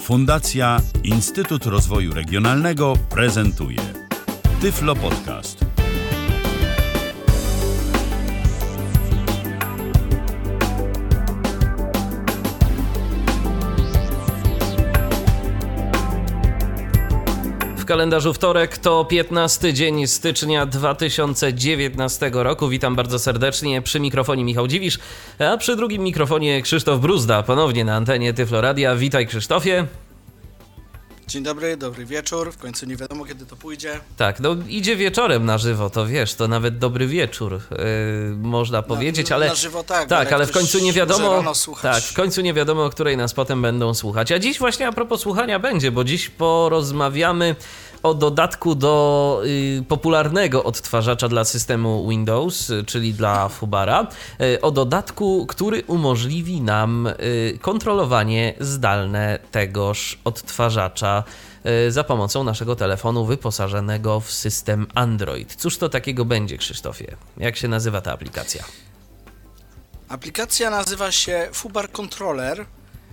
Fundacja Instytut Rozwoju Regionalnego prezentuje Tyflo Podcast. W kalendarzu wtorek to 15 dzień stycznia 2019 roku. Witam bardzo serdecznie. Przy mikrofonie Michał Dziwisz, a przy drugim mikrofonie Krzysztof Bruzda. Ponownie na antenie Tyflo Radia. Witaj, Krzysztofie. Dzień dobry, dobry wieczór. W końcu nie wiadomo, kiedy to pójdzie. Tak, no idzie wieczorem na żywo, to wiesz, to nawet dobry wieczór, można powiedzieć, ale... Na żywo tak, ale w końcu nie wiadomo... Tak, w końcu nie wiadomo, o której nas potem będą słuchać. A dziś właśnie a propos słuchania będzie, bo dziś porozmawiamy o dodatku do popularnego odtwarzacza dla systemu Windows, czyli dla Fubara. O dodatku, który umożliwi nam kontrolowanie zdalne tegoż odtwarzacza za pomocą naszego telefonu wyposażonego w system Android. Cóż to takiego będzie, Krzysztofie? Jak się nazywa ta aplikacja? Aplikacja nazywa się Fubar Controller.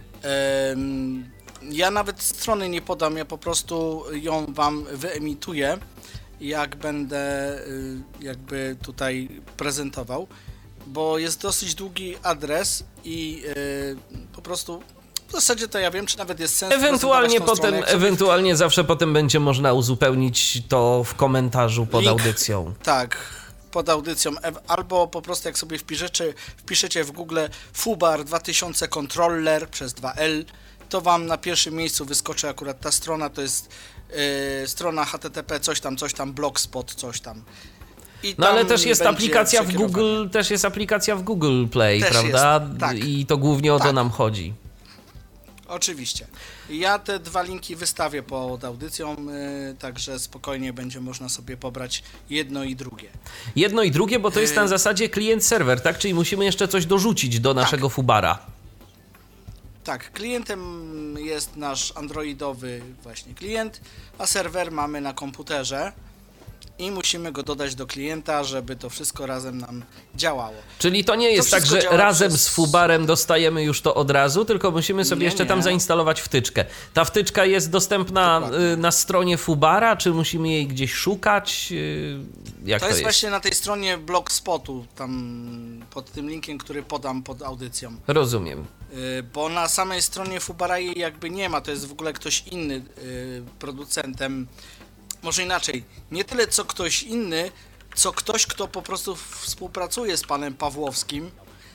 Ja nawet strony nie podam, ja po prostu ją wam wyemituję, jak będę jakby tutaj prezentował, bo jest dosyć długi adres i po prostu w zasadzie to ja wiem, czy nawet jest sens Ewentualnie zawsze potem będzie można uzupełnić to w komentarzu pod link, audycją. Tak, pod audycją, albo po prostu jak sobie wpiszecie w Google Fubar 2000 Controller przez 2L, to wam na pierwszym miejscu wyskoczy akurat ta strona, to jest strona http coś tam blogspot coś tam. I no ale też jest aplikacja w Google, też jest aplikacja w Google Play, też prawda? Jest, tak. I to głównie o to nam chodzi. Oczywiście. Ja te dwa linki wystawię pod audycją, także spokojnie będzie można sobie pobrać jedno i drugie. Jedno i drugie, bo to jest na zasadzie klient-serwer, tak? Czyli musimy jeszcze coś dorzucić do naszego Fubara. Tak, klientem jest nasz androidowy właśnie klient, a serwer mamy na komputerze i musimy go dodać do klienta, żeby to wszystko razem nam działało. Czyli to nie jest tak, że razem z Fubarem dostajemy już to od razu, tylko musimy sobie jeszcze tam zainstalować wtyczkę. Ta wtyczka jest dostępna na stronie Fubara, czy musimy jej gdzieś szukać? Jak to jest właśnie na tej stronie blogspotu, tam pod tym linkiem, który podam pod audycją. Rozumiem. Bo na samej stronie Fubara jej jakby nie ma, to jest w ogóle ktoś inny producentem. Może inaczej, nie tyle co ktoś inny, co ktoś, kto po prostu współpracuje z panem Pawłowskim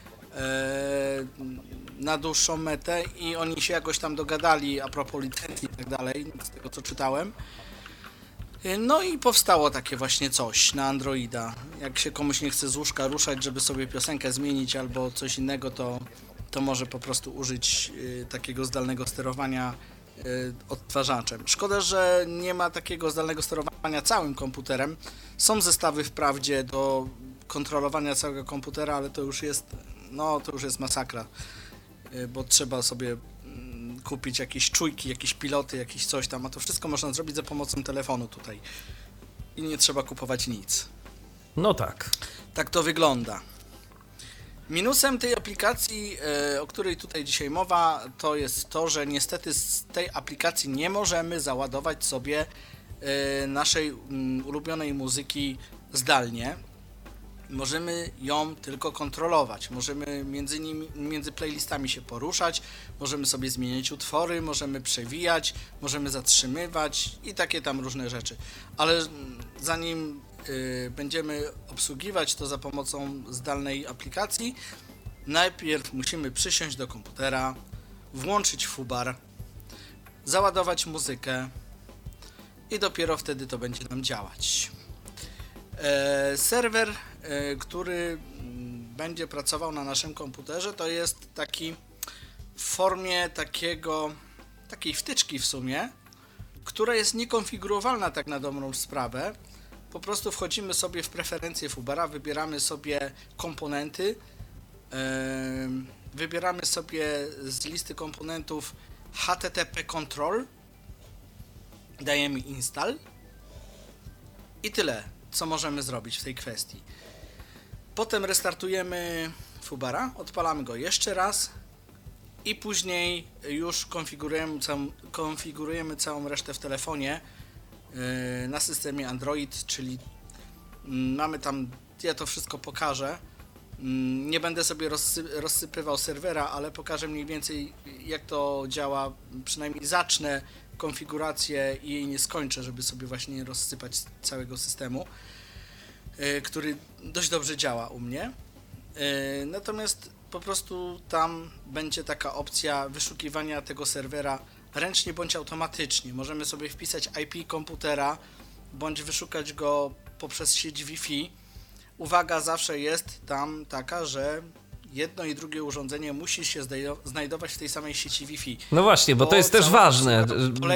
na dłuższą metę i oni się jakoś tam dogadali a propos licencji i tak dalej, z tego co czytałem. No i powstało takie właśnie coś na Androida. Jak się komuś nie chce z łóżka ruszać, żeby sobie piosenkę zmienić albo coś innego, to może po prostu użyć takiego zdalnego sterowania odtwarzaczem. Szkoda, że nie ma takiego zdalnego sterowania całym komputerem. Są zestawy wprawdzie do kontrolowania całego komputera, ale to już jest masakra, bo trzeba sobie kupić jakieś czujki, jakieś piloty, jakieś coś tam, a to wszystko można zrobić za pomocą telefonu tutaj i nie trzeba kupować nic. No tak. Tak to wygląda. Minusem tej aplikacji, o której tutaj dzisiaj mowa, to jest to, że niestety z tej aplikacji nie możemy załadować sobie naszej ulubionej muzyki zdalnie. Możemy ją tylko kontrolować, możemy między playlistami się poruszać, możemy sobie zmieniać utwory, możemy przewijać, możemy zatrzymywać i takie tam różne rzeczy. Ale zanim będziemy obsługiwać to za pomocą zdalnej aplikacji, najpierw musimy przysiąść do komputera, włączyć Fubar, załadować muzykę i dopiero wtedy to będzie nam działać. Serwer, który będzie pracował na naszym komputerze, to jest taki w formie takiej wtyczki w sumie, która jest niekonfigurowalna tak na dobrą sprawę. Po prostu wchodzimy sobie w preferencje Fubara, wybieramy sobie komponenty, wybieramy sobie z listy komponentów HTTP Control, dajemy install i tyle, co możemy zrobić w tej kwestii. Potem restartujemy Fubara, odpalamy go jeszcze raz i później już konfigurujemy całą resztę w telefonie na systemie Android, czyli mamy tam, ja to wszystko pokażę. Nie będę sobie rozsypywał serwera, ale pokażę mniej więcej jak to działa, przynajmniej zacznę konfigurację i jej nie skończę, żeby sobie właśnie nie rozsypać całego systemu, który dość dobrze działa u mnie. Natomiast po prostu tam będzie taka opcja wyszukiwania tego serwera ręcznie bądź automatycznie. Możemy sobie wpisać IP komputera bądź wyszukać go poprzez sieć Wi-Fi. Uwaga zawsze jest tam taka, że jedno i drugie urządzenie musi się znajdować w tej samej sieci Wi-Fi. No właśnie, bo to jest też ważne.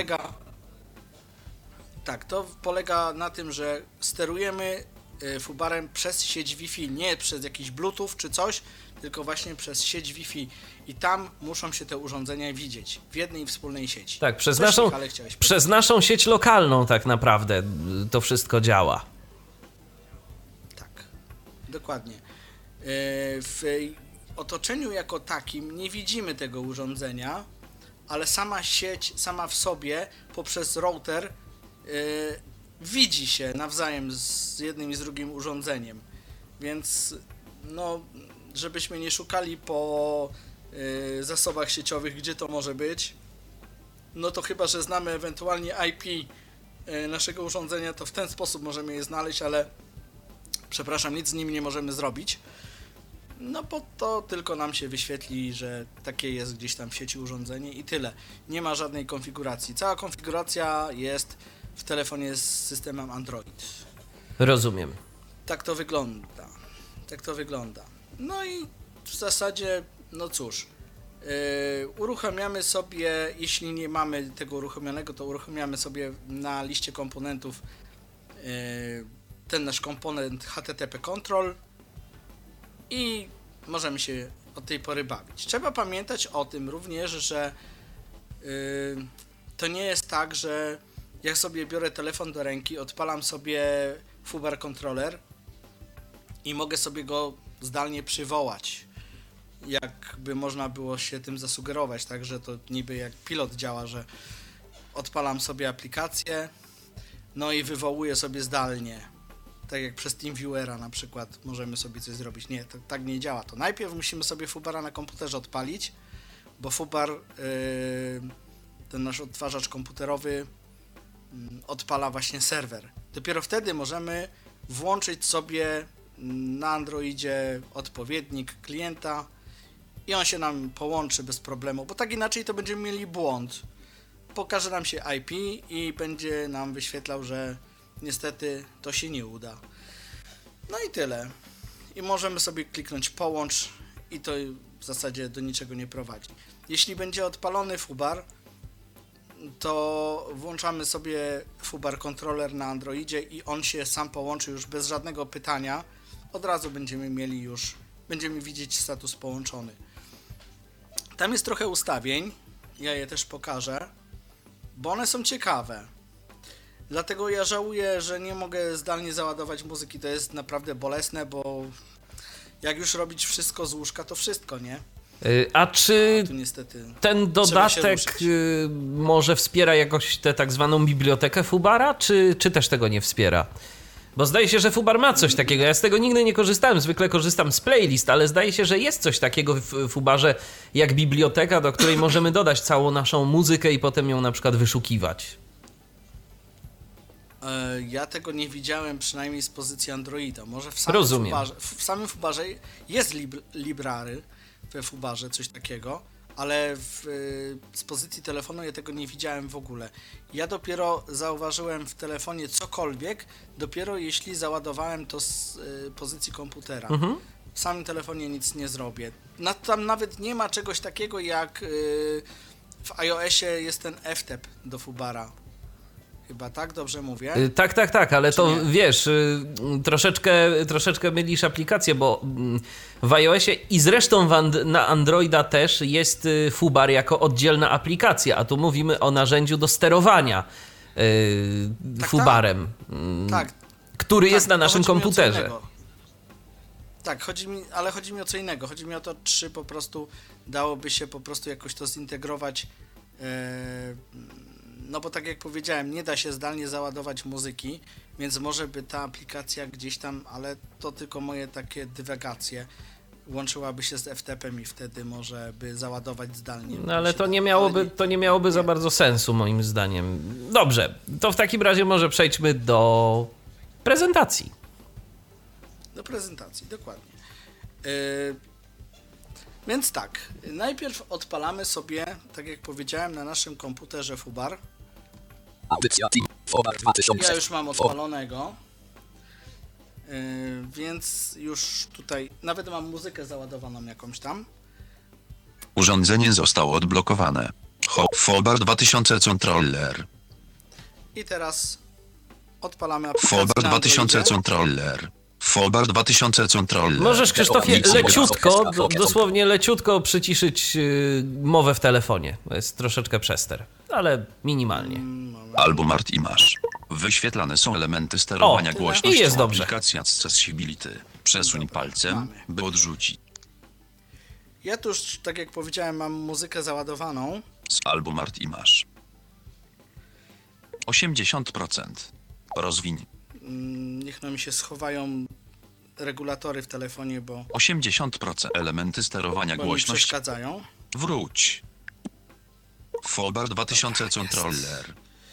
To polega na tym, że sterujemy fubarem przez sieć Wi-Fi, nie przez jakiś Bluetooth czy coś, tylko właśnie przez sieć Wi-Fi i tam muszą się te urządzenia widzieć w jednej wspólnej sieci. Tak, przez naszą sieć lokalną tak naprawdę to wszystko działa. Tak, dokładnie. W otoczeniu jako takim nie widzimy tego urządzenia, ale sama sieć, sama w sobie poprzez router widzi się nawzajem z jednym i z drugim urządzeniem, więc no, żebyśmy nie szukali po zasobach sieciowych, gdzie to może być, no to chyba, że znamy ewentualnie IP naszego urządzenia, to w ten sposób możemy je znaleźć, ale przepraszam, nic z nimi nie możemy zrobić, no bo to tylko nam się wyświetli, że takie jest gdzieś tam w sieci urządzenie i tyle. Nie ma żadnej konfiguracji. Cała konfiguracja jest w telefonie z systemem Android. Rozumiem. Tak to wygląda. Tak to wygląda. No i w zasadzie, no cóż, uruchamiamy sobie, jeśli nie mamy tego uruchomionego, to uruchamiamy sobie na liście komponentów ten nasz komponent HTTP Control i możemy się od tej pory bawić. Trzeba pamiętać o tym również, że to nie jest tak, że jak sobie biorę telefon do ręki, odpalam sobie Fubar Controller i mogę sobie go zdalnie przywołać. Jakby można było się tym zasugerować, tak, że to niby jak pilot działa, że odpalam sobie aplikację, no i wywołuję sobie zdalnie. Tak jak przez TeamViewera na przykład możemy sobie coś zrobić. Nie, to tak nie działa. To najpierw musimy sobie Fubara na komputerze odpalić, bo Fubar, ten nasz odtwarzacz komputerowy, odpala właśnie serwer. Dopiero wtedy możemy włączyć sobie na Androidzie odpowiednik klienta i on się nam połączy bez problemu, bo tak inaczej to będziemy mieli błąd. Pokaże nam się IP i będzie nam wyświetlał, że niestety to się nie uda. No i tyle. I możemy sobie kliknąć połącz i to w zasadzie do niczego nie prowadzi. Jeśli będzie odpalony Fubar, to włączamy sobie Fubar Controller na Androidzie i on się sam połączy już bez żadnego pytania. Od razu będziemy widzieć status połączony. Tam jest trochę ustawień, ja je też pokażę, bo one są ciekawe. Dlatego ja żałuję, że nie mogę zdalnie załadować muzyki, to jest naprawdę bolesne, bo jak już robić wszystko z łóżka, to wszystko, nie? A czy tu niestety ten dodatek może wspiera jakoś tę tak zwaną bibliotekę Fubara, czy też tego nie wspiera? Bo zdaje się, że Fubar ma coś takiego. Ja z tego nigdy nie korzystałem, zwykle korzystam z playlist, ale zdaje się, że jest coś takiego w Fubarze jak biblioteka, do której możemy dodać całą naszą muzykę i potem ją na przykład wyszukiwać. Ja tego nie widziałem, przynajmniej z pozycji Androida. Może w samym Fubarze jest library we Fubarze, coś takiego, ale z pozycji telefonu ja tego nie widziałem w ogóle. Ja dopiero zauważyłem w telefonie cokolwiek, dopiero jeśli załadowałem to z pozycji komputera. W samym telefonie nic nie zrobię. Tam nawet nie ma czegoś takiego jak w iOSie jest ten FTP do Fubara. Chyba tak? Dobrze mówię? Tak, ale to wiesz, troszeczkę mylisz aplikację, bo w iOSie i zresztą na Androida też jest Fubar jako oddzielna aplikacja, a tu mówimy o narzędziu do sterowania Fubarem, który jest na naszym komputerze. Tak, chodzi mi o co innego. Chodzi mi o to, czy po prostu dałoby się po prostu jakoś to zintegrować. No bo tak jak powiedziałem, nie da się zdalnie załadować muzyki, więc może by ta aplikacja gdzieś tam, ale to tylko moje takie dywagacje, łączyłaby się z FTP-em i wtedy może by załadować zdalnie. No ale to nie miałoby za bardzo sensu moim zdaniem. Dobrze, to w takim razie może przejdźmy do prezentacji. Do prezentacji, dokładnie. Więc tak, najpierw odpalamy sobie, tak jak powiedziałem, na naszym komputerze FUBAR. Audycja Team FUBAR 2000. Ja już mam odpalonego, więc już tutaj nawet mam muzykę załadowaną jakąś tam. Urządzenie zostało odblokowane. FUBAR 2000 Controller. I teraz odpalamy aplikację FUBAR na 2000 Androidzie. Controller. FUBAR 2000 Controller. Możesz, Krzysztofie, leciutko, dosłownie leciutko przyciszyć mowę w telefonie. To jest troszeczkę przester, ale minimalnie. Album Art Image. Wyświetlane są elementy sterowania O, głośnością. i jest dobrze. Aplikacja Accessibility. Przesuń palcem, mamy. by odrzucić. Ja tu już, tak jak powiedziałem, mam muzykę załadowaną. Z Album Art Image. 80%. Rozwiń. Niech no mi się schowają regulatory w telefonie, bo 80%. Elementy sterowania mi głośności. przeszkadzają. Wróć. FUBAR 2000 Controller.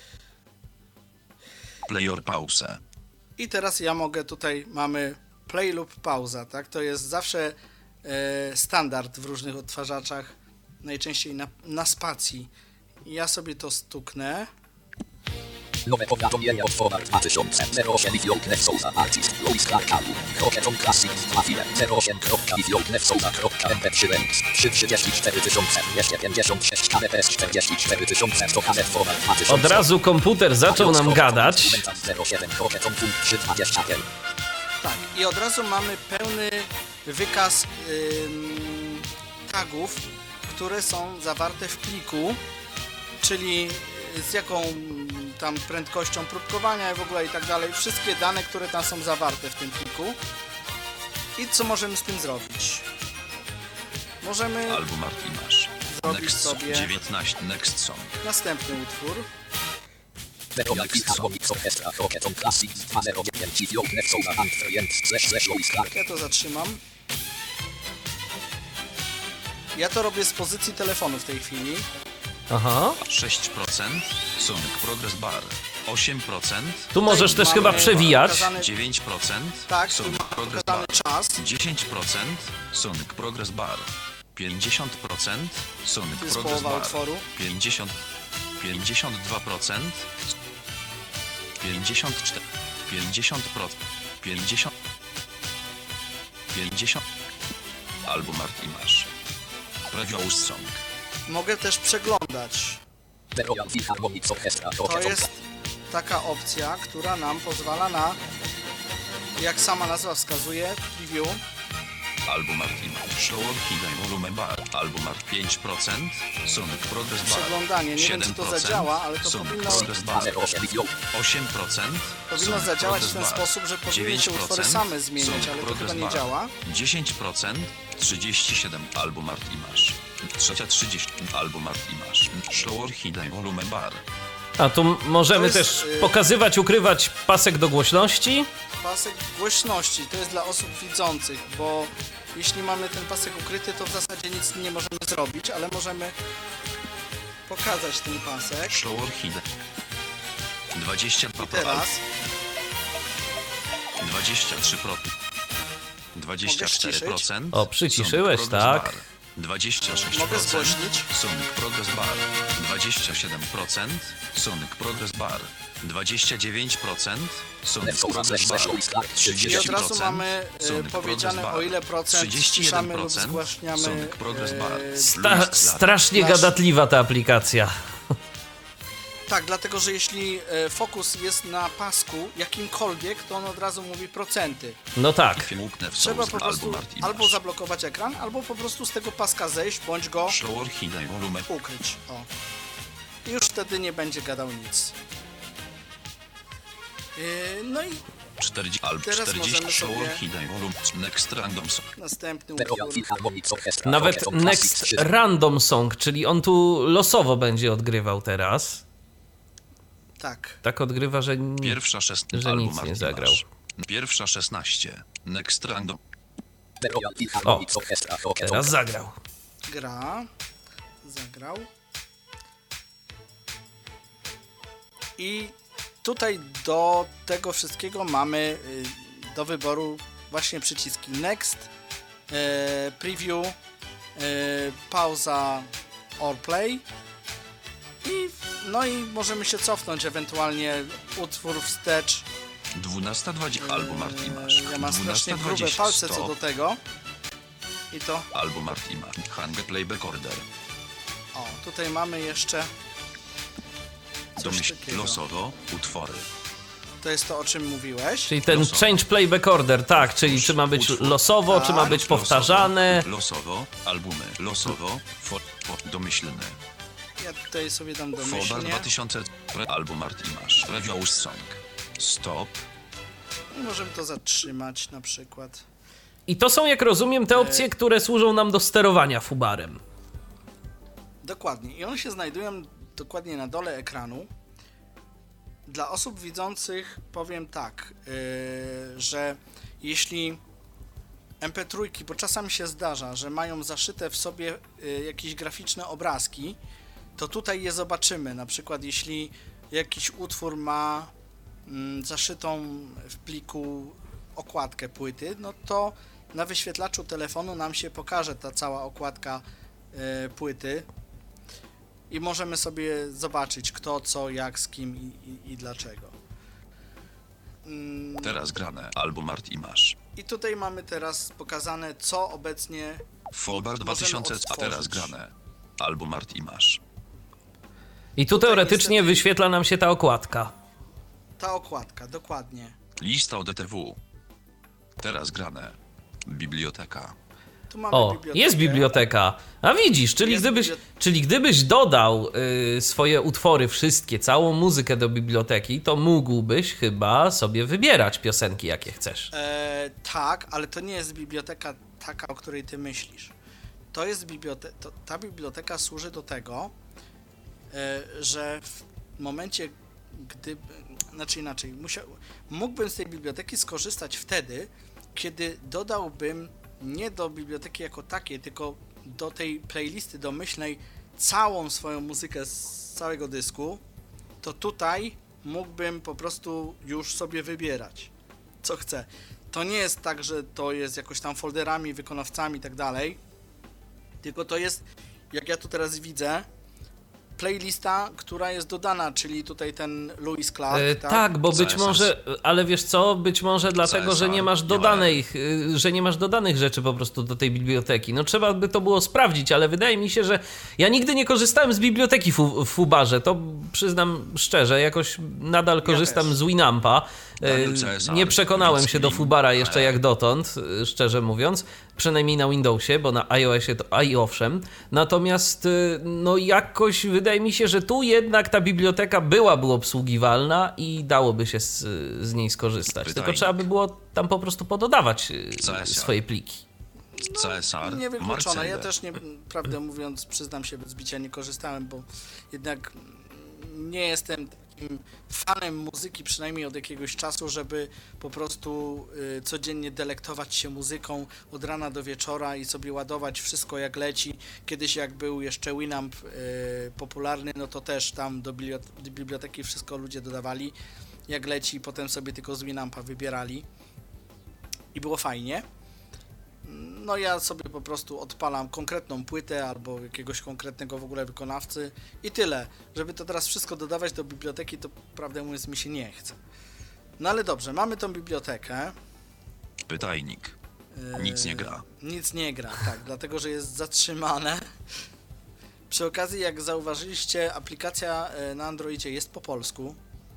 Play or pause. I teraz ja mogę, tutaj mamy play lub pauza, tak? To jest zawsze standard w różnych odtwarzaczach, najczęściej na spacji. Ja sobie to stuknę. Nowe powiadomienie od FUBAR 2000. 08 Wiołknew Souza Artist Louis Clark Album. Rocketron Classic 2 file. 08.Wiołknew Souza.mp3 Remix. 334 256 kbps 44 100 kbps FUBAR 2000. Od razu komputer zaczął nam gadać. 07 Rocketron Full 325. Tak, i od razu mamy pełny wykaz tagów, które są zawarte w pliku, czyli z jaką tam prędkością próbkowania i w ogóle i tak dalej. Wszystkie dane, które tam są zawarte w tym pliku. I co możemy z tym zrobić? Możemy Album Art Image. zrobić Next sobie 19 Next Song. następny utwór. Rocketron Classic 209 Wiołknew Souza // Louis Clark. Ja to zatrzymam. Ja to robię z pozycji telefonu w tej chwili. Aha. 6% Sonic Progress Bar. 8% Tu możesz Tutaj też chyba mamy przewijać. pokazany- 9% Tak, tu Sonic mamy Progress pokazany Bar. czas. 10% Sonic Progress Bar. 50% Sonic To jest Progress połowa Bar. utworu. 52% 54 50 Album Art Image. Preview Song. Mogę też przeglądać. To jest taka opcja, która nam pozwala na, jak sama nazwa wskazuje, preview. Album Art Image. Shower Hidden Volume Bar. Album Art 5% Sonic Progress Bar. Przeglądanie. Nie wiem, czy to 7% zadziała, ale to Sonic powinno- Progress Bar. 8% Powinno Sonic zadziałać w ten Progress Bar. sposób, że powinny się utwory 9% same zmieniać, Sonic ale to Progress chyba nie Bar. działa. 10% 37 Album Art Image. 30 Album Art Image. Shower Hidden Volume Bar. A tu możemy To jest, też pokazywać, ukrywać pasek do głośności. Pasek głośności to jest dla osób widzących, bo jeśli mamy ten pasek ukryty, to w zasadzie nic nie możemy zrobić, ale możemy pokazać ten pasek. Shower Hidden. 22 I teraz 23%. 24%. O, przyciszyłeś, Sonic Progress tak. Bar. 26%. Mogę zgłośnić? Sonic Progress Bar. 27%. Sonic Progress Bar. 29%. Sonic Progress Bar. i od razu 30%. mamy Sonic powiedziane, Progress o Bar. ile procent ściszamy lub 31% zgłaśniamy. Sonic Progress Bar. Strasznie Nasz- gadatliwa ta aplikacja. Tak, dlatego że jeśli fokus jest na pasku jakimkolwiek, to on od razu mówi procenty. No tak. Łuknę w Trzeba Souls po prostu Album Art Image. albo zablokować ekran, albo po prostu z tego paska zejść, bądź go Shower Hidden Volume. ukryć. O. I już wtedy nie będzie gadał nic. No i 40 albo Teraz 40 możemy Shower sobie- Hidden Volume Next Random Song. Następny Royal utwór. Philharmonic Orchestra. Nawet Rocket on Next Classics. Random Song, czyli on tu losowo będzie odgrywał teraz. Tak. Tak odgrywa, że Pierwsza że 16 albo nic nie Martin zagrał. Masz. Pierwsza 16. Next Random. The Royal Philharmonic Orchestra. Rocket on teraz zagrał. Gra. Zagrał. I tutaj do tego wszystkiego mamy do wyboru właśnie przyciski Next, Preview, Pauza or Play. No i możemy się cofnąć, ewentualnie utwór wstecz. 12:20 albo Martin Masz. Ja mam strasznie grube 12:20 palce co stop. do tego. I to, Albo Martin Masz. Hang Playback Order. o, tutaj mamy jeszcze coś Domyśl takiego. losowo utwory. To jest to, o czym mówiłeś. Czyli ten Losowo. Change Playback Order, tak, czyli czy ma być Utwór. losowo, czy ma Tak. być powtarzane. Losowo, albumy. Losowo, domyślny. Ja tutaj sobie dam Fobar domyślnie. 2000. Album Martin Masz. Review Song. Stop. I możemy to zatrzymać na przykład. I to są, jak rozumiem, te opcje, które służą nam do sterowania fubarem. Dokładnie. I one się znajdują dokładnie na dole ekranu. Dla osób widzących powiem tak, że jeśli MP3, bo czasami się zdarza, że mają zaszyte w sobie jakieś graficzne obrazki, to tutaj je zobaczymy. Na przykład jeśli jakiś utwór ma zaszytą w pliku okładkę płyty, no to na wyświetlaczu telefonu nam się pokaże ta cała okładka płyty i możemy sobie zobaczyć kto, co, jak, z kim i dlaczego. Teraz grane. Album Martin Masz. I tutaj mamy teraz pokazane, co obecnie Fobar 2000. A teraz odtworzyć. grane. Album Martin Masz. I tu teoretycznie niestety- wyświetla nam się ta okładka. ta okładka, dokładnie. Lista ODTW. Teraz grane. Biblioteka. Tu mamy O, bibliotekę. jest biblioteka. A widzisz, czyli gdybyś dodał swoje utwory wszystkie, całą muzykę do biblioteki, to mógłbyś chyba sobie wybierać piosenki, jakie chcesz. Tak, ale to nie jest biblioteka taka, o której ty myślisz. To jest ta biblioteka służy do tego, że w momencie, gdy, znaczy inaczej, mógłbym z tej biblioteki skorzystać wtedy, kiedy dodałbym nie do biblioteki jako takiej, tylko do tej playlisty domyślnej całą swoją muzykę z całego dysku, to tutaj mógłbym po prostu już sobie wybierać, co chcę. To nie jest tak, że to jest jakoś tam folderami, wykonawcami i tak dalej, tylko to jest, jak ja tu teraz widzę, playlista, która jest dodana, czyli tutaj ten Lewis Clark, Tak, bo być CSS. może, ale wiesz co, być może dlatego, że nie masz dodanych rzeczy po prostu do tej biblioteki. No trzeba by to było sprawdzić, ale wydaje mi się, że ja nigdy nie korzystałem z biblioteki w Fubarze, to przyznam szczerze, jakoś nadal korzystam też. z Winampa. Daniel CSR, Nie przekonałem Wicki się do Link, Fubara jeszcze jak dotąd, szczerze mówiąc, przynajmniej na Windowsie, bo na iOSie to i owszem. Natomiast no jakoś wydaje mi się, że tu jednak ta biblioteka byłaby obsługiwalna i dałoby się z niej skorzystać. Tylko trzeba by było tam po prostu pododawać CSR. swoje pliki. CSR. Niewykluczone. Ja Marcele. też, prawdę mówiąc, przyznam się bez bicia, nie korzystałem, bo jednak nie jestem takim fanem muzyki, przynajmniej od jakiegoś czasu, żeby po prostu codziennie delektować się muzyką od rana do wieczora i sobie ładować wszystko jak leci. Kiedyś jak był jeszcze Winamp popularny, no to też tam do biblioteki wszystko ludzie dodawali jak leci, potem sobie tylko z Winampa wybierali i było fajnie. No ja sobie po prostu odpalam konkretną płytę albo jakiegoś konkretnego w ogóle wykonawcy i tyle. Żeby to teraz wszystko dodawać do biblioteki, to prawdę mówiąc mi się nie chce. No ale dobrze, mamy tą bibliotekę. Pytajnik. Nic nie gra. Nic nie gra, tak, dlatego że jest zatrzymane. Przy okazji, jak zauważyliście, aplikacja na Androidzie jest po polsku.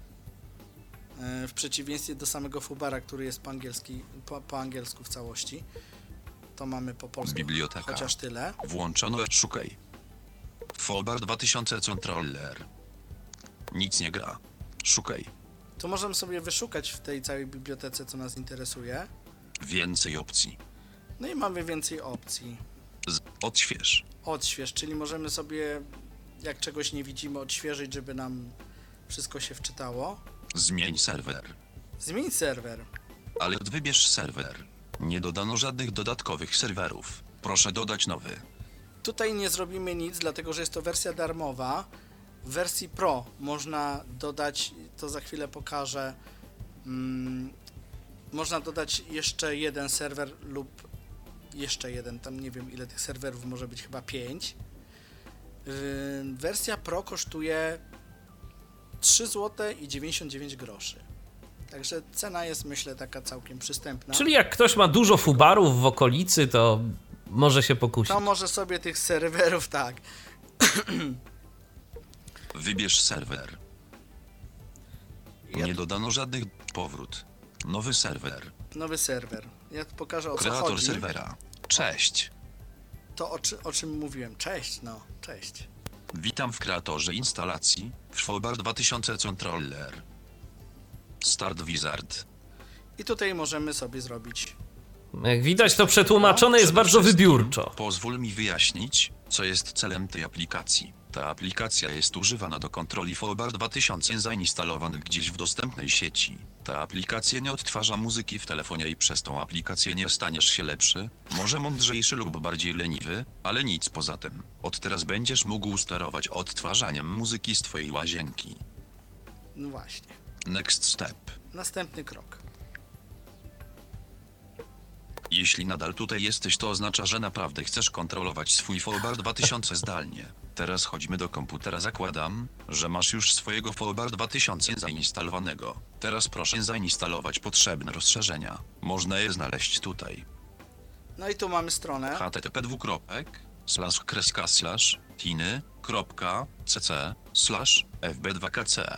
W przeciwieństwie do samego Fubara, który jest po angielsku w całości. To mamy po polsku, Biblioteka. chociaż tyle. Włączono. Szukaj. Fobar 2000 Controller. Nic nie gra. Szukaj. Tu możemy sobie wyszukać w tej całej bibliotece, co nas interesuje. Więcej opcji. No i mamy więcej opcji. Odśwież. Odśwież, czyli możemy sobie, jak czegoś nie widzimy, odświeżyć, żeby nam wszystko się wczytało. Zmień serwer. Zmień serwer. Ale wybierz serwer. Nie dodano żadnych dodatkowych serwerów. Proszę dodać nowy. Tutaj nie zrobimy nic, dlatego że jest to wersja darmowa. W wersji Pro można dodać, to za chwilę pokażę, można dodać jeszcze jeden serwer lub jeszcze jeden, tam nie wiem ile tych serwerów może być, chyba 5. Wersja Pro kosztuje 3,99 zł. Także cena jest, myślę, taka całkiem przystępna. Czyli jak ktoś ma dużo fubarów w okolicy, to może się pokusić. To może sobie tych serwerów, tak. Wybierz serwer. Nie dodano żadnych... Powrót. Nowy serwer. Nowy serwer. Ja pokażę, o co Kreator chodzi. serwera. Cześć. To o czym mówiłem. Cześć, no, cześć. Witam w kreatorze instalacji FOBAR 2000 Controller. Start Wizard. I tutaj możemy sobie zrobić. Jak widać, to przetłumaczone jest bardzo wybiórczo. Pozwól mi wyjaśnić, co jest celem tej aplikacji. Ta aplikacja jest używana do kontroli FOBAR 2000 zainstalowanych gdzieś w dostępnej sieci. Ta aplikacja nie odtwarza muzyki w telefonie i przez tą aplikację nie staniesz się lepszy, może mądrzejszy lub bardziej leniwy, ale nic poza tym. Od teraz będziesz mógł sterować odtwarzaniem muzyki z twojej łazienki. No właśnie. Next step. Następny krok. Jeśli nadal tutaj jesteś, to oznacza, że naprawdę chcesz kontrolować swój FOBAR 2000 zdalnie. Teraz chodźmy do komputera. Zakładam, że masz już swojego FOBAR 2000 zainstalowanego. Teraz proszę zainstalować potrzebne rozszerzenia. Można je znaleźć tutaj. No i tu mamy stronę. http://tiny.cc/fb2kc.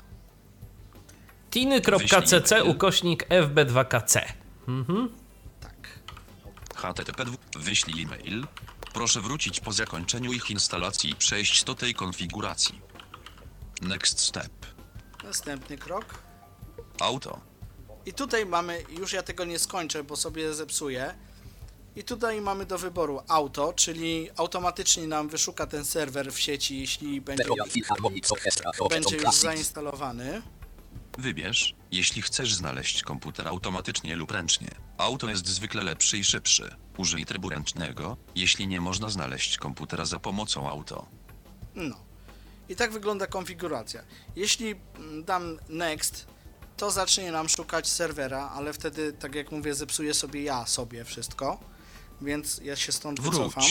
tiny.cc/fb2kc. Tak. http wyślij e-mail. Proszę wrócić po zakończeniu ich instalacji i przejść do tej konfiguracji. Next step. Następny krok. Auto. I tutaj mamy, już ja tego nie skończę, bo sobie zepsuję. I tutaj mamy do wyboru auto, czyli automatycznie nam wyszuka ten serwer w sieci, jeśli będzie już zainstalowany. Wybierz, jeśli chcesz znaleźć komputer automatycznie lub ręcznie. Auto jest zwykle lepszy i szybszy. Użyj trybu ręcznego, jeśli nie można znaleźć komputera za pomocą auto. No. I tak wygląda konfiguracja. Jeśli dam next, to zacznie nam szukać serwera, ale wtedy, tak jak mówię, zepsuję sobie wszystko. Więc ja się stąd wycofam.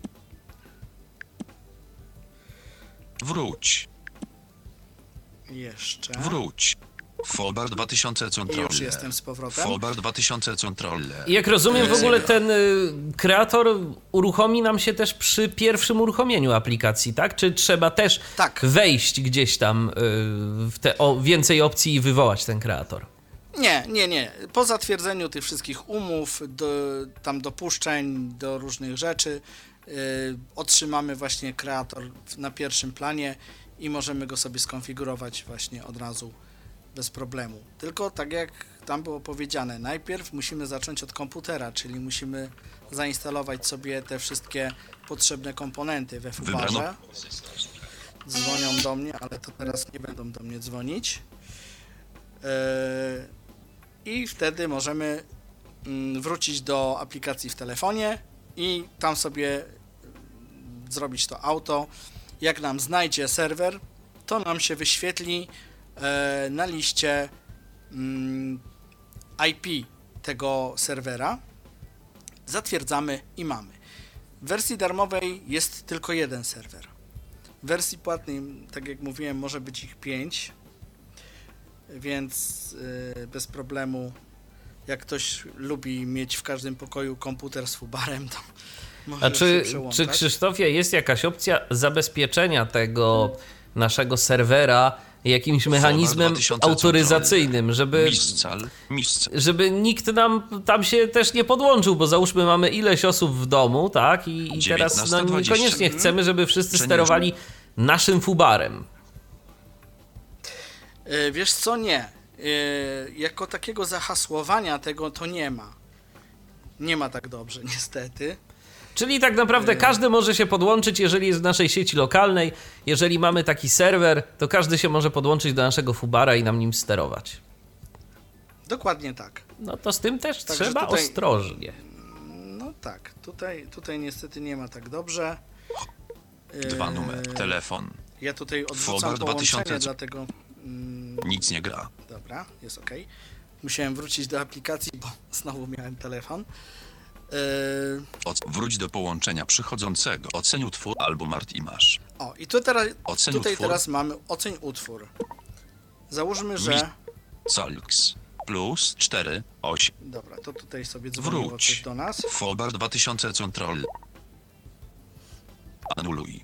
Wróć. Jeszcze. Wróć. FOBAR 2000 Controller. Już jestem z powrotem. FOBAR 2000 Controller. I jak rozumiem, w ogóle ten kreator uruchomi nam się też przy pierwszym uruchomieniu aplikacji, tak? Czy trzeba też wejść gdzieś tam w te więcej opcji i wywołać ten kreator? Nie. Po zatwierdzeniu tych wszystkich umów, tam dopuszczeń do różnych rzeczy, otrzymamy właśnie kreator na pierwszym planie i możemy go sobie skonfigurować właśnie od razu bez problemu. Tylko tak jak tam było powiedziane, najpierw musimy zacząć od komputera, czyli musimy zainstalować sobie te wszystkie potrzebne komponenty we FOBARze. Dzwonią do mnie, ale to teraz nie będą do mnie dzwonić. I wtedy możemy wrócić do aplikacji w telefonie i tam sobie zrobić to auto. Jak nam znajdzie serwer, to nam się wyświetli na liście IP tego serwera. Zatwierdzamy i mamy. W wersji darmowej jest tylko jeden serwer. W wersji płatnej, tak jak mówiłem, może być ich 5. Więc bez problemu, jak ktoś lubi mieć w każdym pokoju komputer z FOBARem, to może A się czy Krzysztofie, jest jakaś opcja zabezpieczenia tego naszego serwera jakimś mechanizmem autoryzacyjnym, żeby nikt nam tam się też nie podłączył, bo załóżmy mamy ileś osób w domu, tak? I teraz niekoniecznie chcemy, żeby wszyscy sterowali naszym FOBARem. Wiesz co, nie. jako takiego zahasłowania tego to nie ma. Nie ma tak dobrze, niestety. Czyli tak naprawdę każdy może się podłączyć, jeżeli jest w naszej sieci lokalnej. Jeżeli mamy taki serwer, to każdy się może podłączyć do naszego fubara i nam nim sterować. Dokładnie tak. No to z tym też Także trzeba tutaj- ostrożnie. No tak, tutaj niestety nie ma tak dobrze. 2 numer, telefon. Ja tutaj odrzucam Folder połączenie, 2000. dlatego... Nic nie gra. Dobra, jest ok. Musiałem wrócić do aplikacji, bo znowu miałem telefon. Wróć do połączenia przychodzącego. Oceń utwór album art i masz. O, i tu teraz, Oceń tutaj utwór. teraz mamy oceń utwór. Załóżmy, że... Calx. Plus 4, 8. Dobra, to tutaj sobie dzwoniło coś Wróć. do nas. Folder 2000 control. Anuluj.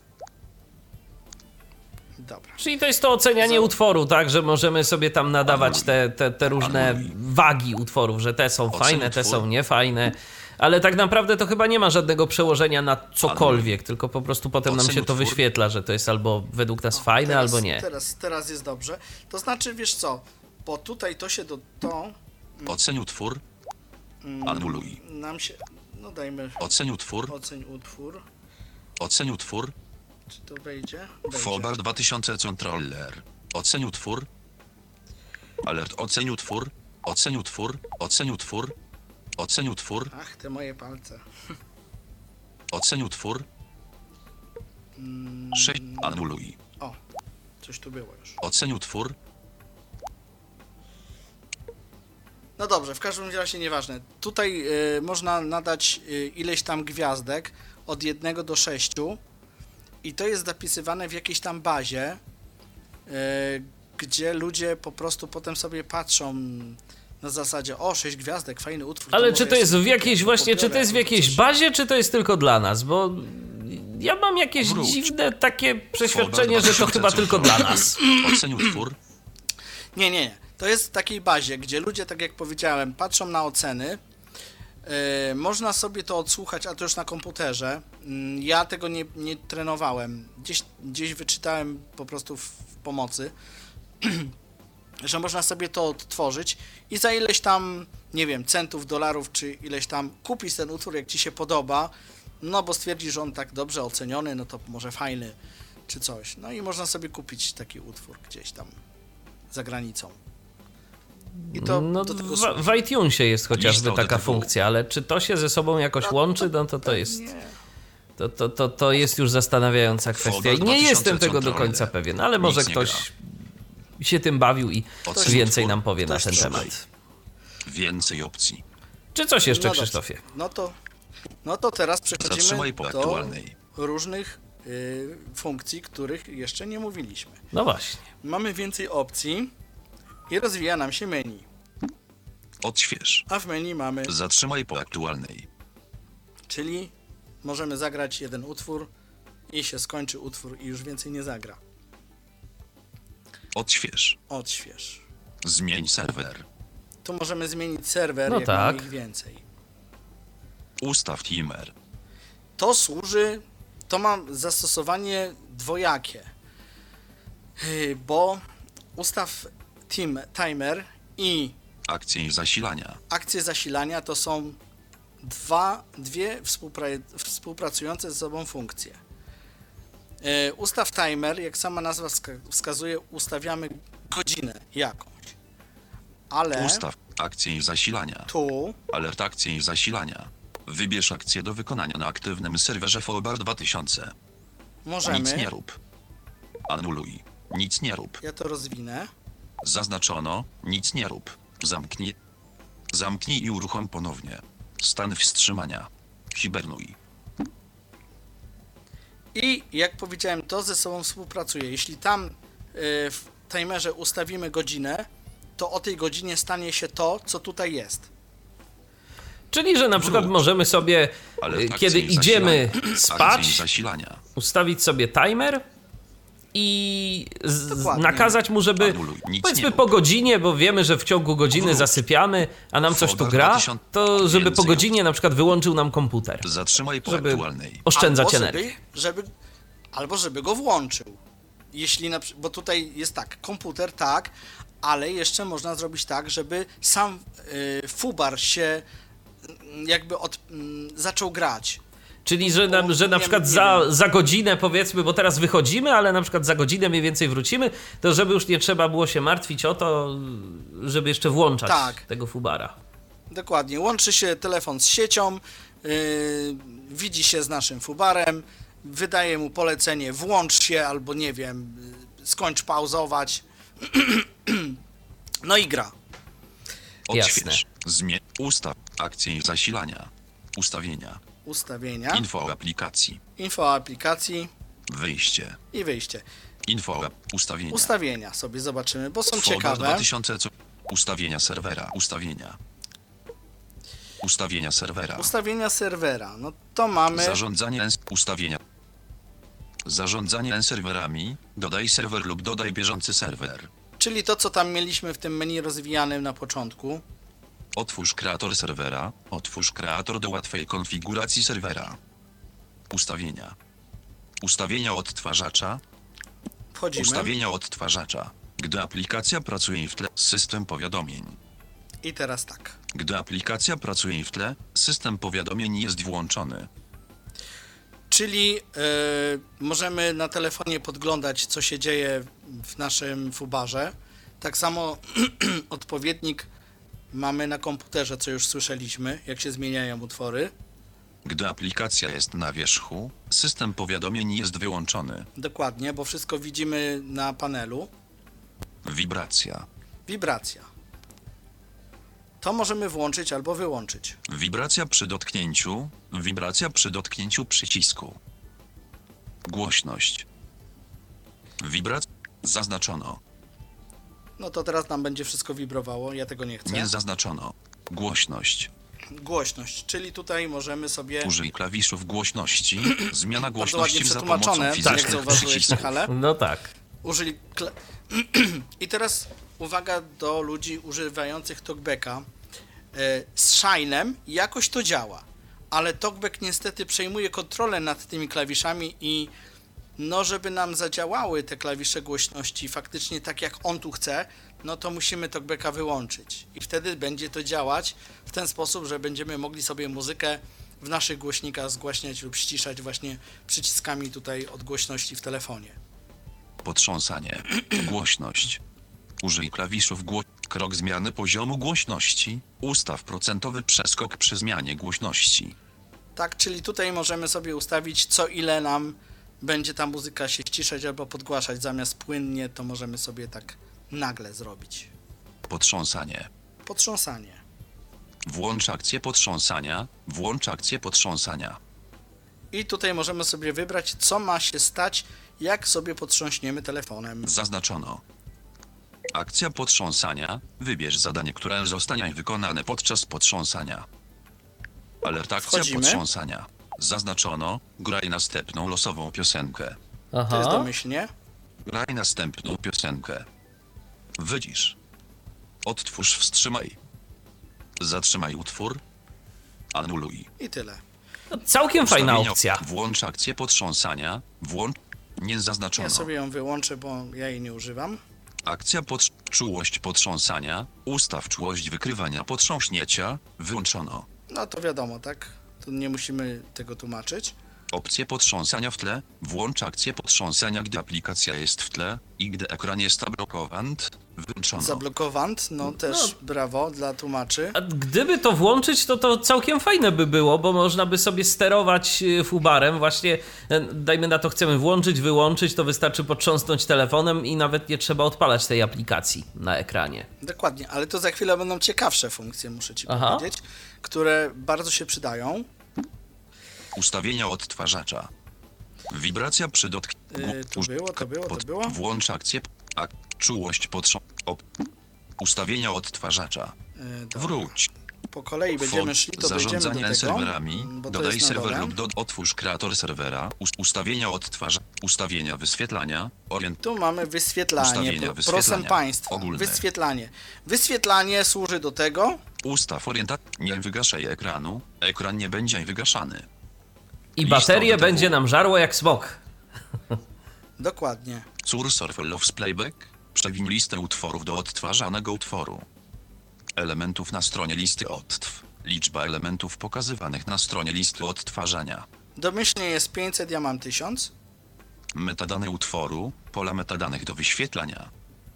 Dobra. Czyli to jest to ocenianie utworu, tak? Że możemy sobie tam nadawać te różne wagi utworów, że te są Oceń fajne, te utwór. są niefajne. Ale tak naprawdę to chyba nie ma żadnego przełożenia na cokolwiek, tylko po prostu potem nam Oceń się to utwór. wyświetla, że to jest albo według nas fajne, Teraz, albo nie. Teraz jest dobrze. To znaczy, wiesz co, bo tutaj to się Oceń utwór. Anuluj. nam się... No dajmy Oceń utwór. oceń utwór. Oceń utwór. Czy to wejdzie? Wejdzie. Folder 2000 controller. Oceń utwór. Alert. Oceń utwór. Oceń utwór. Oceń utwór. Oceń utwór. Ach, te moje palce. Oceń utwór. 6. Anuluj. O, coś tu było już. Oceń utwór. No dobrze, w każdym razie nieważne. Tutaj można nadać ileś tam gwiazdek od 1 do 6 i to jest zapisywane w jakiejś tam bazie, gdzie ludzie po prostu potem sobie patrzą na zasadzie 6 gwiazdek, fajny utwór. Ale może czy to jest w sobie jakiejś właśnie, czy to jest w pobiorę, jakiejś coś. bazie, czy to jest tylko dla nas? Bo ja mam jakieś Wróć. dziwne takie przeświadczenie, Folder że to 2000 chyba tylko dla nas. Oceń utwór. Nie. To jest w takiej bazie, gdzie ludzie, tak jak powiedziałem, patrzą na oceny. Można sobie to odsłuchać, a to już na komputerze. Ja tego nie trenowałem. Gdzieś wyczytałem po prostu w pomocy, że można sobie to odtworzyć i za ileś tam, nie wiem, centów, dolarów, czy ileś tam kupić ten utwór, jak ci się podoba, no bo stwierdzi, że on tak dobrze oceniony, no to może fajny, czy coś. No i można sobie kupić taki utwór gdzieś tam za granicą. I to No, do tego w iTunesie jest chociażby Lista taka DTW. funkcja, ale czy to się ze sobą jakoś łączy, no to jest... Nie. To jest już zastanawiająca kwestia i Folder nie 2000 jestem tego do controller. końca pewien, ale może Nic nie ktoś się tym bawił i Oceń więcej utwór. nam powie na Ktoś ten trzymaj. temat. Więcej opcji. Czy coś jeszcze, No dobrze. Krzysztofie? No to teraz przechodzimy Zatrzymaj po do aktualnej. różnych funkcji, których jeszcze nie mówiliśmy. No właśnie. Mamy więcej opcji i rozwija nam się menu. Odśwież. A w menu mamy, Zatrzymaj po aktualnej. czyli możemy zagrać jeden utwór i się skończy utwór i już więcej nie zagra. Odśwież. Odśwież. Zmień serwer. Tu możemy zmienić serwer, No jak tak. mamy ich więcej. Ustaw timer. To ma zastosowanie dwojakie, bo ustaw timer i Akcje i zasilania. akcje zasilania to są dwie współpracujące ze sobą funkcje. Ustaw timer, jak sama nazwa wskazuje, ustawiamy godzinę jakąś. Ale Ustaw akcje i zasilania. tu Alert akcje i zasilania. Wybierz akcję do wykonania na aktywnym serwerze Folder 2000. Nic nie możemy, rób. Anuluj. Nic nie rób. ja to rozwinę, Zaznaczono. Nic nie rób. Zamknij. Zamknij i uruchom ponownie. Stan wstrzymania. Hibernuj. i jak powiedziałem, to ze sobą współpracuje. Jeśli tam w timerze ustawimy godzinę, to o tej godzinie stanie się to, co tutaj jest. Czyli, że na przykład możemy sobie, Alert akcje kiedy i idziemy zasilania. Akcje i spać, zasilania. ustawić sobie timer i Dokładnie. nakazać mu, żeby Anuluj. Nic powiedzmy nie po rób. godzinie, bo wiemy, że w ciągu godziny Wróć. zasypiamy, a nam coś tu Folder gra, 2000. to żeby po Więcej godzinie na przykład wyłączył nam komputer, Zatrzymaj po żeby aktualnej. oszczędzać Albo energię. albo żeby go włączył. Jeśli bo tutaj jest tak, komputer tak, ale jeszcze można zrobić tak, żeby sam fubar się jakby zaczął grać. Czyli, że na przykład za godzinę, powiedzmy, bo teraz wychodzimy, ale na przykład za godzinę mniej więcej wrócimy, to żeby już nie trzeba było się martwić o to, żeby jeszcze włączać tego fubara. Dokładnie. Łączy się telefon z siecią, widzi się z naszym fubarem, wydaje mu polecenie włącz się albo nie wiem, skończ pauzować. No i gra. Odśwież. Zmień. Ustaw. Akcje i zasilania. Ustawienia. Info o aplikacji. Info o aplikacji. Wyjście. I wyjście. Info. Ustawienia. Ustawienia sobie zobaczymy, bo są Folder ciekawe. 2000. Ustawienia serwera. Ustawienia serwera. Ustawienia serwera. No to mamy... Zarządzanie serwerami. Dodaj serwer lub dodaj bieżący serwer. Czyli to, co tam mieliśmy w tym menu rozwijanym na początku. Otwórz kreator serwera. Otwórz kreator do łatwej konfiguracji serwera. Ustawienia. Ustawienia odtwarzacza. Wchodzimy. Ustawienia odtwarzacza. Gdy aplikacja pracuje w tle, system powiadomień. I teraz tak. Gdy aplikacja pracuje w tle, system powiadomień jest włączony. Czyli możemy na telefonie podglądać, co się dzieje w naszym fubarze. Tak samo odpowiednik mamy na komputerze, co już słyszeliśmy, jak się zmieniają utwory. Gdy aplikacja jest na wierzchu, system powiadomień jest wyłączony. Dokładnie, bo wszystko widzimy na panelu. Wibracja. To możemy włączyć albo wyłączyć. Wibracja przy dotknięciu przycisku. Głośność. Zaznaczono. No to teraz nam będzie wszystko wibrowało, ja tego nie chcę. Nie zaznaczono. Głośność, czyli tutaj możemy sobie... Użyj klawiszów głośności. Zmiana Bardzo ładnie głośności za przetłumaczone, pomocą jak fizycznych zauważyłeś, przycisków. Michale. No tak. I teraz uwaga do ludzi używających talkbacka. Z Shine'em jakoś to działa, ale talkback niestety przejmuje kontrolę nad tymi klawiszami i no żeby nam zadziałały te klawisze głośności faktycznie tak jak on tu chce, no to musimy talkbacka wyłączyć i wtedy będzie to działać w ten sposób, że będziemy mogli sobie muzykę w naszych głośnikach zgłaśniać lub ściszać właśnie przyciskami tutaj od głośności w telefonie. Potrząsanie. Głośność. Użyj klawiszów krok zmiany poziomu głośności. Ustaw procentowy przeskok przy zmianie głośności. Tak, czyli tutaj możemy sobie ustawić, co ile nam będzie ta muzyka się ściszać albo podgłaszać. Zamiast płynnie, to możemy sobie tak nagle zrobić. Potrząsanie. Włącz akcję potrząsania. I tutaj możemy sobie wybrać, co ma się stać, jak sobie potrząśniemy telefonem. Zaznaczono. Akcja potrząsania. Wybierz zadanie, które zostanie wykonane podczas potrząsania. Alert akcja Wchodzimy. potrząsania. Zaznaczono. Graj następną losową piosenkę. To jest domyślnie. Graj następną piosenkę. Wycisz. Odtwórz, wstrzymaj. Zatrzymaj utwór. Anuluj. I tyle. Całkiem fajna Ustawienia. opcja. Włącz akcję potrząsania. Nie zaznaczono. Ja sobie ją wyłączę, bo ja jej nie używam. Akcja czułość potrząsania. Ustaw czułość wykrywania potrząśnięcia. Wyłączono. No to wiadomo, tak? Tu nie musimy tego tłumaczyć. Opcje potrząsania w tle. Włącz akcję potrząsania, gdy aplikacja jest w tle i gdy ekran jest zablokowany. Wyłączono. Zablokowant, no też brawo dla tłumaczy. A gdyby to włączyć, to całkiem fajne by było, bo można by sobie sterować fubarem. Właśnie, dajmy na to, chcemy włączyć, wyłączyć, to wystarczy potrząsnąć telefonem i nawet nie trzeba odpalać tej aplikacji na ekranie. Dokładnie, ale to za chwilę będą ciekawsze funkcje, muszę ci powiedzieć, które bardzo się przydają. Ustawienia odtwarzacza. Wibracja przy dotknięciu. To było. Włącz akcję. Czułość ustawienia odtwarzacza. Wróć. Po kolei będziemy szli, to dojdziemy do Zarządzanie tego. serwerami. Bo to Dodaj jest na serwer dole. lub otwórz kreator serwera. Ustawienia odtwarzacza. Ustawienia wyświetlania. Tu mamy wyświetlanie. Ustawienia Proszę wyświetlania. Państwa, Ogólne. wyświetlanie. Wyświetlanie służy do tego. Ustaw orientację. Nie wygaszaj ekranu. Ekran nie będzie wygaszany. I Lista baterię oddechu. będzie nam żarło jak smok. Dokładnie. Cursor follows playback. Przewiń listę utworów do odtwarzanego utworu. Elementów na stronie listy odtw. Liczba elementów pokazywanych na stronie listy odtwarzania. Domyślnie jest 500, ja mam 1000. Metadane utworu, pola metadanych do wyświetlania.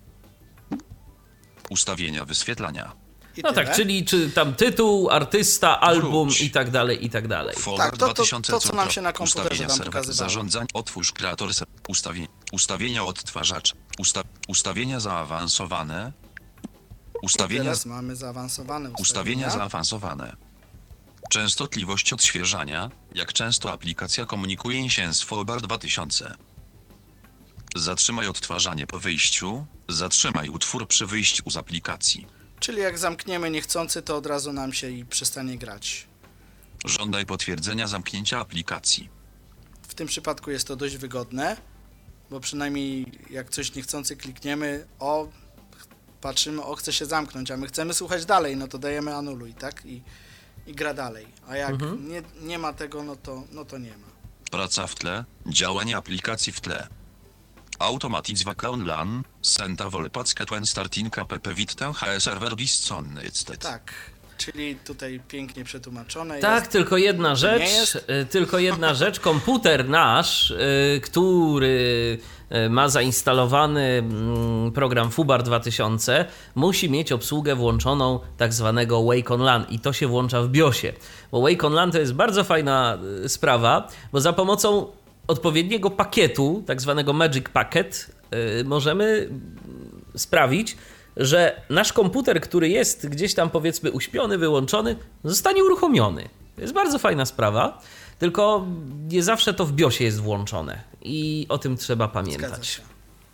Ustawienia wyświetlania. I No tyle. tak, czyli czy tam tytuł, artysta, album Wróć. i tak dalej, i tak dalej. Folder Tak, to 2000 co nam się na komputerze ustawienia tam serwer, pokazywało. zarządzanie, otwórz kreator, ustawienia odtwarzacza, ustawienia zaawansowane, ustawienia, Teraz mamy zaawansowane ustawienia zaawansowane. Częstotliwość odświeżania, jak często aplikacja komunikuje się z Folder 2000. Zatrzymaj odtwarzanie po wyjściu, zatrzymaj utwór przy wyjściu z aplikacji. Czyli jak zamkniemy niechcący, to od razu nam się i przestanie grać. Żądaj potwierdzenia zamknięcia aplikacji. W tym przypadku jest to dość wygodne, bo przynajmniej jak coś niechcący klikniemy, patrzymy, chce się zamknąć, a my chcemy słuchać dalej, no to dajemy anuluj, tak? I gra dalej. A jak nie ma tego, no to nie ma. Praca w tle, działanie aplikacji w tle. Automatic Vacuum LAN, Senta Volpacka Twen Starting App Witten HS Server Disconny etc. Tak, czyli tutaj pięknie przetłumaczone Tak, jest. tylko jedna nie rzecz, jest? komputer nasz, który ma zainstalowany program FUBAR 2000, musi mieć obsługę włączoną tak zwanego Wake on LAN i to się włącza w BIOSie, bo Wake on LAN to jest bardzo fajna sprawa, bo za pomocą odpowiedniego pakietu, tak zwanego Magic Packet, możemy sprawić, że nasz komputer, który jest gdzieś tam powiedzmy uśpiony, wyłączony, zostanie uruchomiony. To jest bardzo fajna sprawa, tylko nie zawsze to w BIOSie jest włączone i o tym trzeba Zgadza pamiętać. się.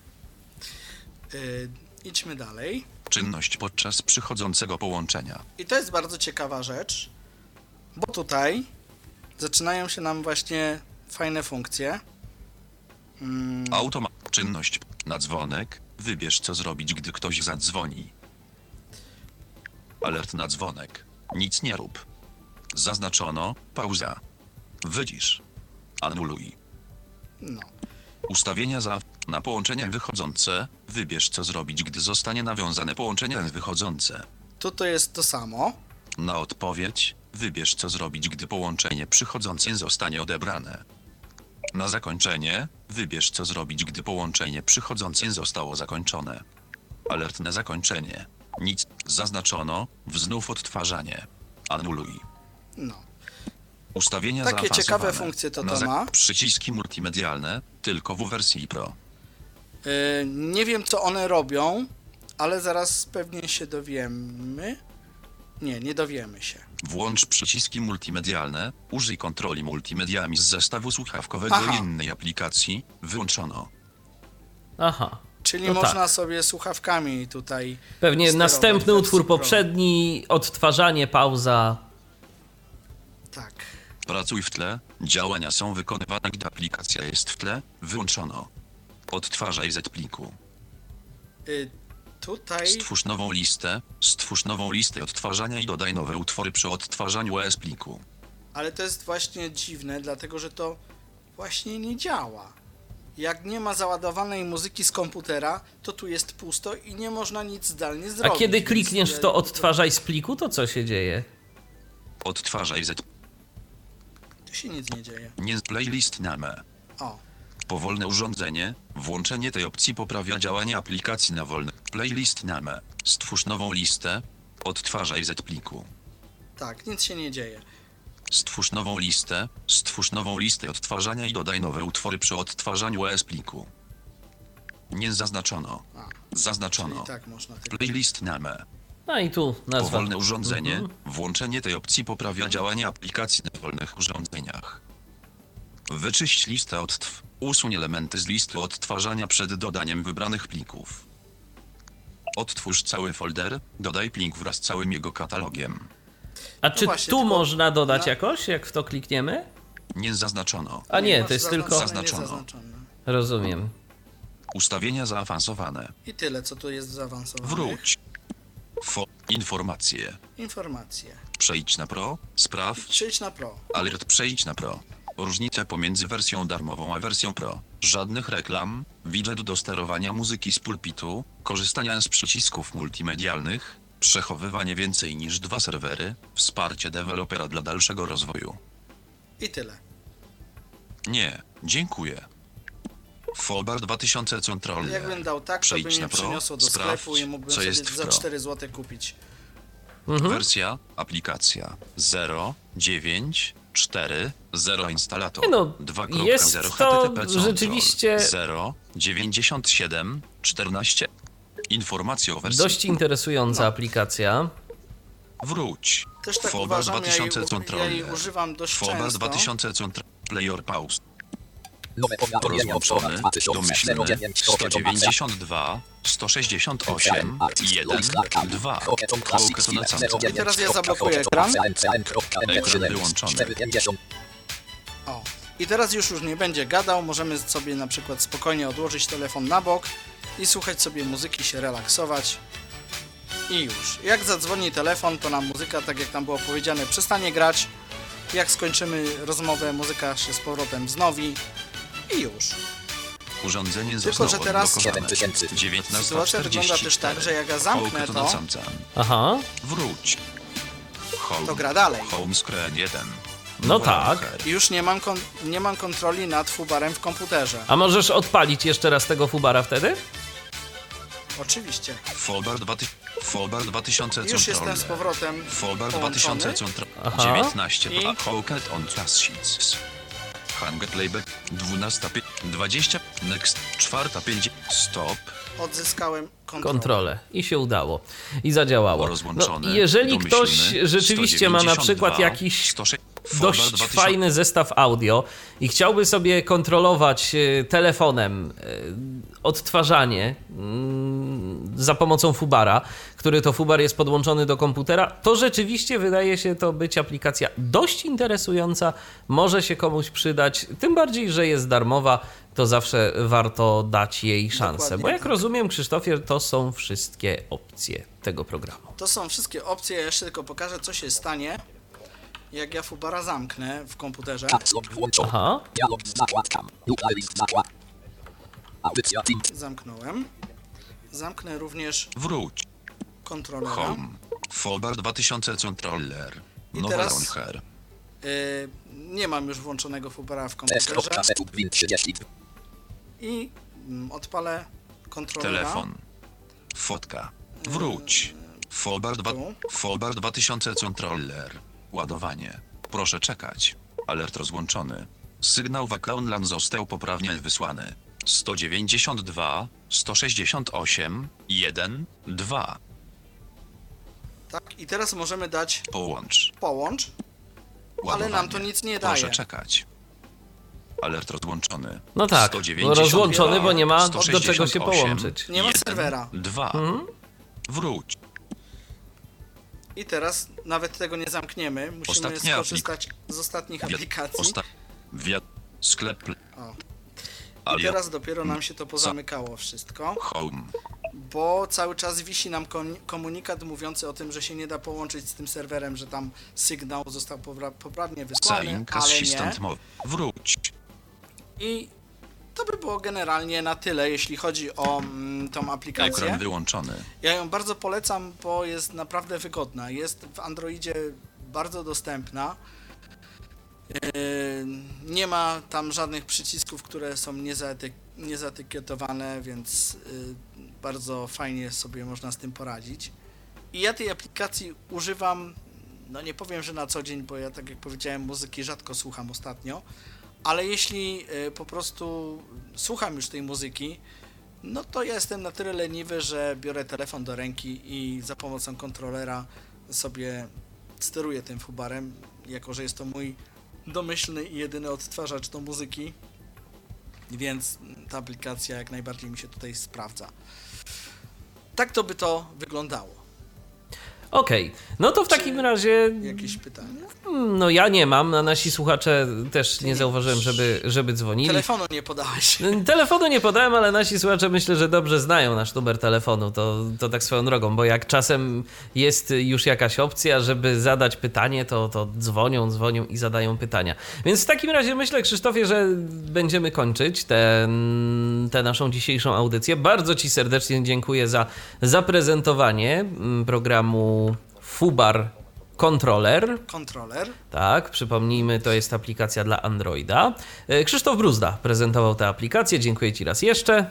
Idźmy dalej. Czynność podczas przychodzącego połączenia. I to jest bardzo ciekawa rzecz, bo tutaj zaczynają się nam właśnie fajne funkcje. Czynność na dzwonek. Wybierz co zrobić, gdy ktoś zadzwoni. Alert na dzwonek. Nic nie rób. Zaznaczono. Pauza. Wycisz. Anuluj. No. Ustawienia na połączenia wychodzące. Wybierz co zrobić, gdy zostanie nawiązane połączenie wychodzące. Tu to jest to samo. Na odpowiedź. Wybierz co zrobić, gdy połączenie przychodzące zostanie odebrane. Na zakończenie. Wybierz co zrobić, gdy połączenie przychodzące zostało zakończone. Alert na zakończenie. Nic. Zaznaczono. Wznów odtwarzanie. Anuluj. No. Ustawienia Takie zaawansowane. ciekawe funkcje to ma. Przyciski multimedialne. Tylko w wersji Pro. Nie wiem co one robią, ale zaraz pewnie się dowiemy. Nie dowiemy się. Włącz przyciski multimedialne. Użyj kontroli multimediami z zestawu słuchawkowego i innej aplikacji. Wyłączono. Aha. Czyli No można tak. sobie słuchawkami tutaj Pewnie sterować następny w utwór wersji Pro. poprzedni, odtwarzanie, pauza. Tak. Pracuj w tle. Działania są wykonywane, gdy aplikacja jest w tle. Wyłączono. Odtwarzaj z pliku. Tutaj Stwórz nową listę odtwarzania i dodaj nowe utwory przy odtwarzaniu z pliku. ale to jest właśnie dziwne, dlatego że to właśnie nie działa. Jak nie ma załadowanej muzyki z komputera, to tu jest pusto i nie można nic zdalnie A zrobić. kiedy więc klikniesz w to odtwarzaj z pliku, to co się dzieje? Odtwarzaj Tu się nic nie dzieje. playlist name. O, Powolne urządzenie. Włączenie tej opcji poprawia działanie aplikacji na wolne. Playlist name. Stwórz nową listę. Odtwarzaj z pliku. tak, nic się nie dzieje. Stwórz nową listę odtwarzania i dodaj nowe utwory przy odtwarzaniu z pliku. Nie zaznaczono. Zaznaczono. Czyli tak można tylko. Playlist name. No i tu nazwa. Powolne urządzenie. Włączenie tej opcji poprawia działanie aplikacji na wolnych urządzeniach. Wyczyść listę odtw. Usuń elementy z listy odtwarzania przed dodaniem wybranych plików. Odtwórz cały folder. Dodaj plik wraz z całym jego katalogiem. A czy właśnie, tu tylko można dodać na- jakoś, jak w to klikniemy? Nie zaznaczono. A nie, masz to jest tylko... zaznaczone, Zaznaczono. niezaznaczone. Rozumiem. Ustawienia zaawansowane. I tyle, co tu jest zaawansowane. Wróć. Informacje. Informacje. Przejdź na Pro. Spraw. Przejdź na Pro. Alert. Przejdź na Pro. Różnice pomiędzy wersją darmową a wersją Pro. Żadnych reklam, widget do sterowania muzyki z pulpitu, korzystania z przycisków multimedialnych, przechowywanie więcej niż 2 serwery, wsparcie dewelopera dla dalszego rozwoju. I tyle. Nie, dziękuję. Folbar 2000 Controller. Jakbym dał tak, to by Przejdź mnie na Pro, przyniosło do sprawdź, sklepu i mógłbym co sobie jest w za Pro. 4 zł kupić. Wersja, aplikacja 0.9.4.0 instalator No, 2.0 jest to HTTP rzeczywiście 0.97.14. Informacje o wersji. dość interesująca aplikacja. Wróć. Też tak Folbar uważam, 2000 ja Controller. jej używam dość Folbar często. 2000 Controller. Player pause. Nowe powiadomienie od Rozłączony. 2000 Domyślny. 192. 168. 1. 2. Hołkę na samce. I teraz ja zablokuję ekran. Ekran wyłączony. O. I teraz już nie będzie gadał, możemy sobie na przykład spokojnie odłożyć telefon na bok i słuchać sobie muzyki, się relaksować. I już. Jak zadzwoni telefon, to nam muzyka, tak jak tam było powiedziane, przestanie grać. Jak skończymy rozmowę, muzyka się z powrotem wznowi. I już. Urządzenie Tylko, zostało że teraz odblokowane. sytuacja wygląda też tak, że jak ja zamknę Hołkę to, na samca. Aha, Wróć. Home. to gra dalej. Home screen 1. No tak. I już nie mam kontroli nad fubarem w komputerze. A możesz odpalić jeszcze raz tego fubara wtedy? Oczywiście. Folbar 2000 Już jestem Controller. z powrotem Folbar połączony. 2000 Controller. Aha. 19. I? Hołket on class sheets. Hang playback 12. 20. Next. 4. 5. Stop. Odzyskałem kontrolę. Kontrolę i się udało. I zadziałało. Rozłączony. No, jeżeli domyślny, ktoś rzeczywiście ma na 192, przykład jakiś 106, dość Folbar 2000. fajny zestaw audio i chciałby sobie kontrolować telefonem odtwarzanie za pomocą fubara, który to fubar jest podłączony do komputera, to rzeczywiście wydaje się to być aplikacja dość interesująca, może się komuś przydać, tym bardziej, że jest darmowa, to zawsze warto dać jej szansę. Dokładnie Bo jak tak. rozumiem, Krzysztofie, to są wszystkie opcje tego programu. To są wszystkie opcje, ja jeszcze tylko pokażę, co się stanie, jak ja fubara zamknę w komputerze. Caps lock włączony. Aha. Dialog z zakładką. Nuclear list zakład. Audycja print. Zamknąłem. Zamknę również Wróć. kontrolera. Home. Folbar 2000 Controller. I Nowe teraz- launcher. Nie mam już włączonego fubara w Test. komputerze. Setup win 30. I odpalę kontrolera. Telefon. Fotka. Wróć. Tu. Folbar 2000 Controller. Ładowanie. Proszę czekać. Alert rozłączony. Sygnał w Cloudland został poprawnie wysłany. 192, 168, 1, 2. Tak, i teraz możemy dać Połącz. połącz. Ładowanie. nam to nic nie Proszę daje. czekać. Alert rozłączony. No tak, 192, rozłączony, bo nie ma do 168, czego się połączyć. Nie ma 1, serwera. 2. Wróć. I teraz nawet tego nie zamkniemy. Musimy Ostatnia skorzystać z ostatnich aplikacji. Sklep. O. I Ale teraz dopiero nam się to pozamykało wszystko, Home. bo cały czas wisi nam komunikat mówiący o tym, że się nie da połączyć z tym serwerem, że tam sygnał został poprawnie wysłany, Selling ale nie. Assistant Mode. Wróć. I to by było generalnie na tyle, jeśli chodzi o tą aplikację. Ekran wyłączony. Ja ją bardzo polecam, bo jest naprawdę wygodna. Jest w Androidzie bardzo dostępna. Nie ma tam żadnych przycisków, które są niezaetykietowane, więc bardzo fajnie sobie można z tym poradzić. I ja tej aplikacji używam, no nie powiem, że na co dzień, bo ja, tak jak powiedziałem, muzyki rzadko słucham ostatnio, ale jeśli po prostu słucham już tej muzyki, no to ja jestem na tyle leniwy, że biorę telefon do ręki i za pomocą kontrolera sobie steruję tym fubarem, jako że jest to mój domyślny i jedyny odtwarzacz do muzyki, więc ta aplikacja jak najbardziej mi się tutaj sprawdza. Tak to by to wyglądało. Okej, no to w takim razie... Jakieś pytania? No ja nie mam, a nasi słuchacze też nie zauważyłem, żeby dzwonili. Telefonu nie podałeś. Telefonu nie podałem, ale nasi słuchacze myślę, że dobrze znają nasz numer telefonu, to tak swoją drogą, bo jak czasem jest już jakaś opcja, żeby zadać pytanie, to dzwonią i zadają pytania. Więc w takim razie myślę, Krzysztofie, że będziemy kończyć tę naszą dzisiejszą audycję. Bardzo Ci serdecznie dziękuję za zaprezentowanie programu Fubar Controller. Tak, przypomnijmy, to jest aplikacja dla Androida. Krzysztof Bruzda prezentował tę aplikację. Dziękuję Ci raz jeszcze.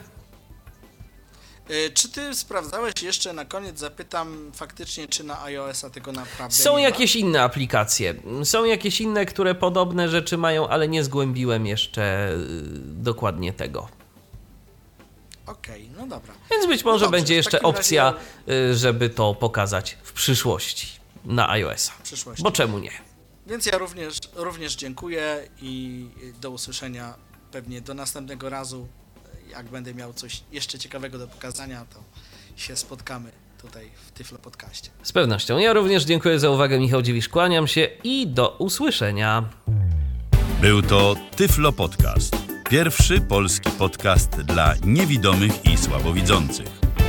Czy Ty sprawdzałeś jeszcze, na koniec zapytam faktycznie, czy na iOS-a tego naprawdę Są nie ma? jakieś inne aplikacje. Są jakieś inne, które podobne rzeczy mają, ale nie zgłębiłem jeszcze dokładnie tego. Okej, no dobra. Więc być może dobrze, będzie w jeszcze takim opcja, razie... żeby to pokazać w przyszłości na iOS-a. W przyszłości. Bo czemu nie? Więc ja również dziękuję i do usłyszenia pewnie do następnego razu. Jak będę miał coś jeszcze ciekawego do pokazania, to się spotkamy tutaj w Tyflo Podcaście. Z pewnością. Ja również dziękuję za uwagę. Michał Dziwisz, kłaniam się i do usłyszenia. Był to Tyflo Podcast. Pierwszy polski podcast dla niewidomych i słabowidzących.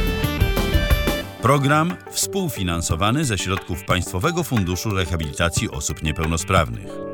Program współfinansowany ze środków Państwowego Funduszu Rehabilitacji Osób Niepełnosprawnych.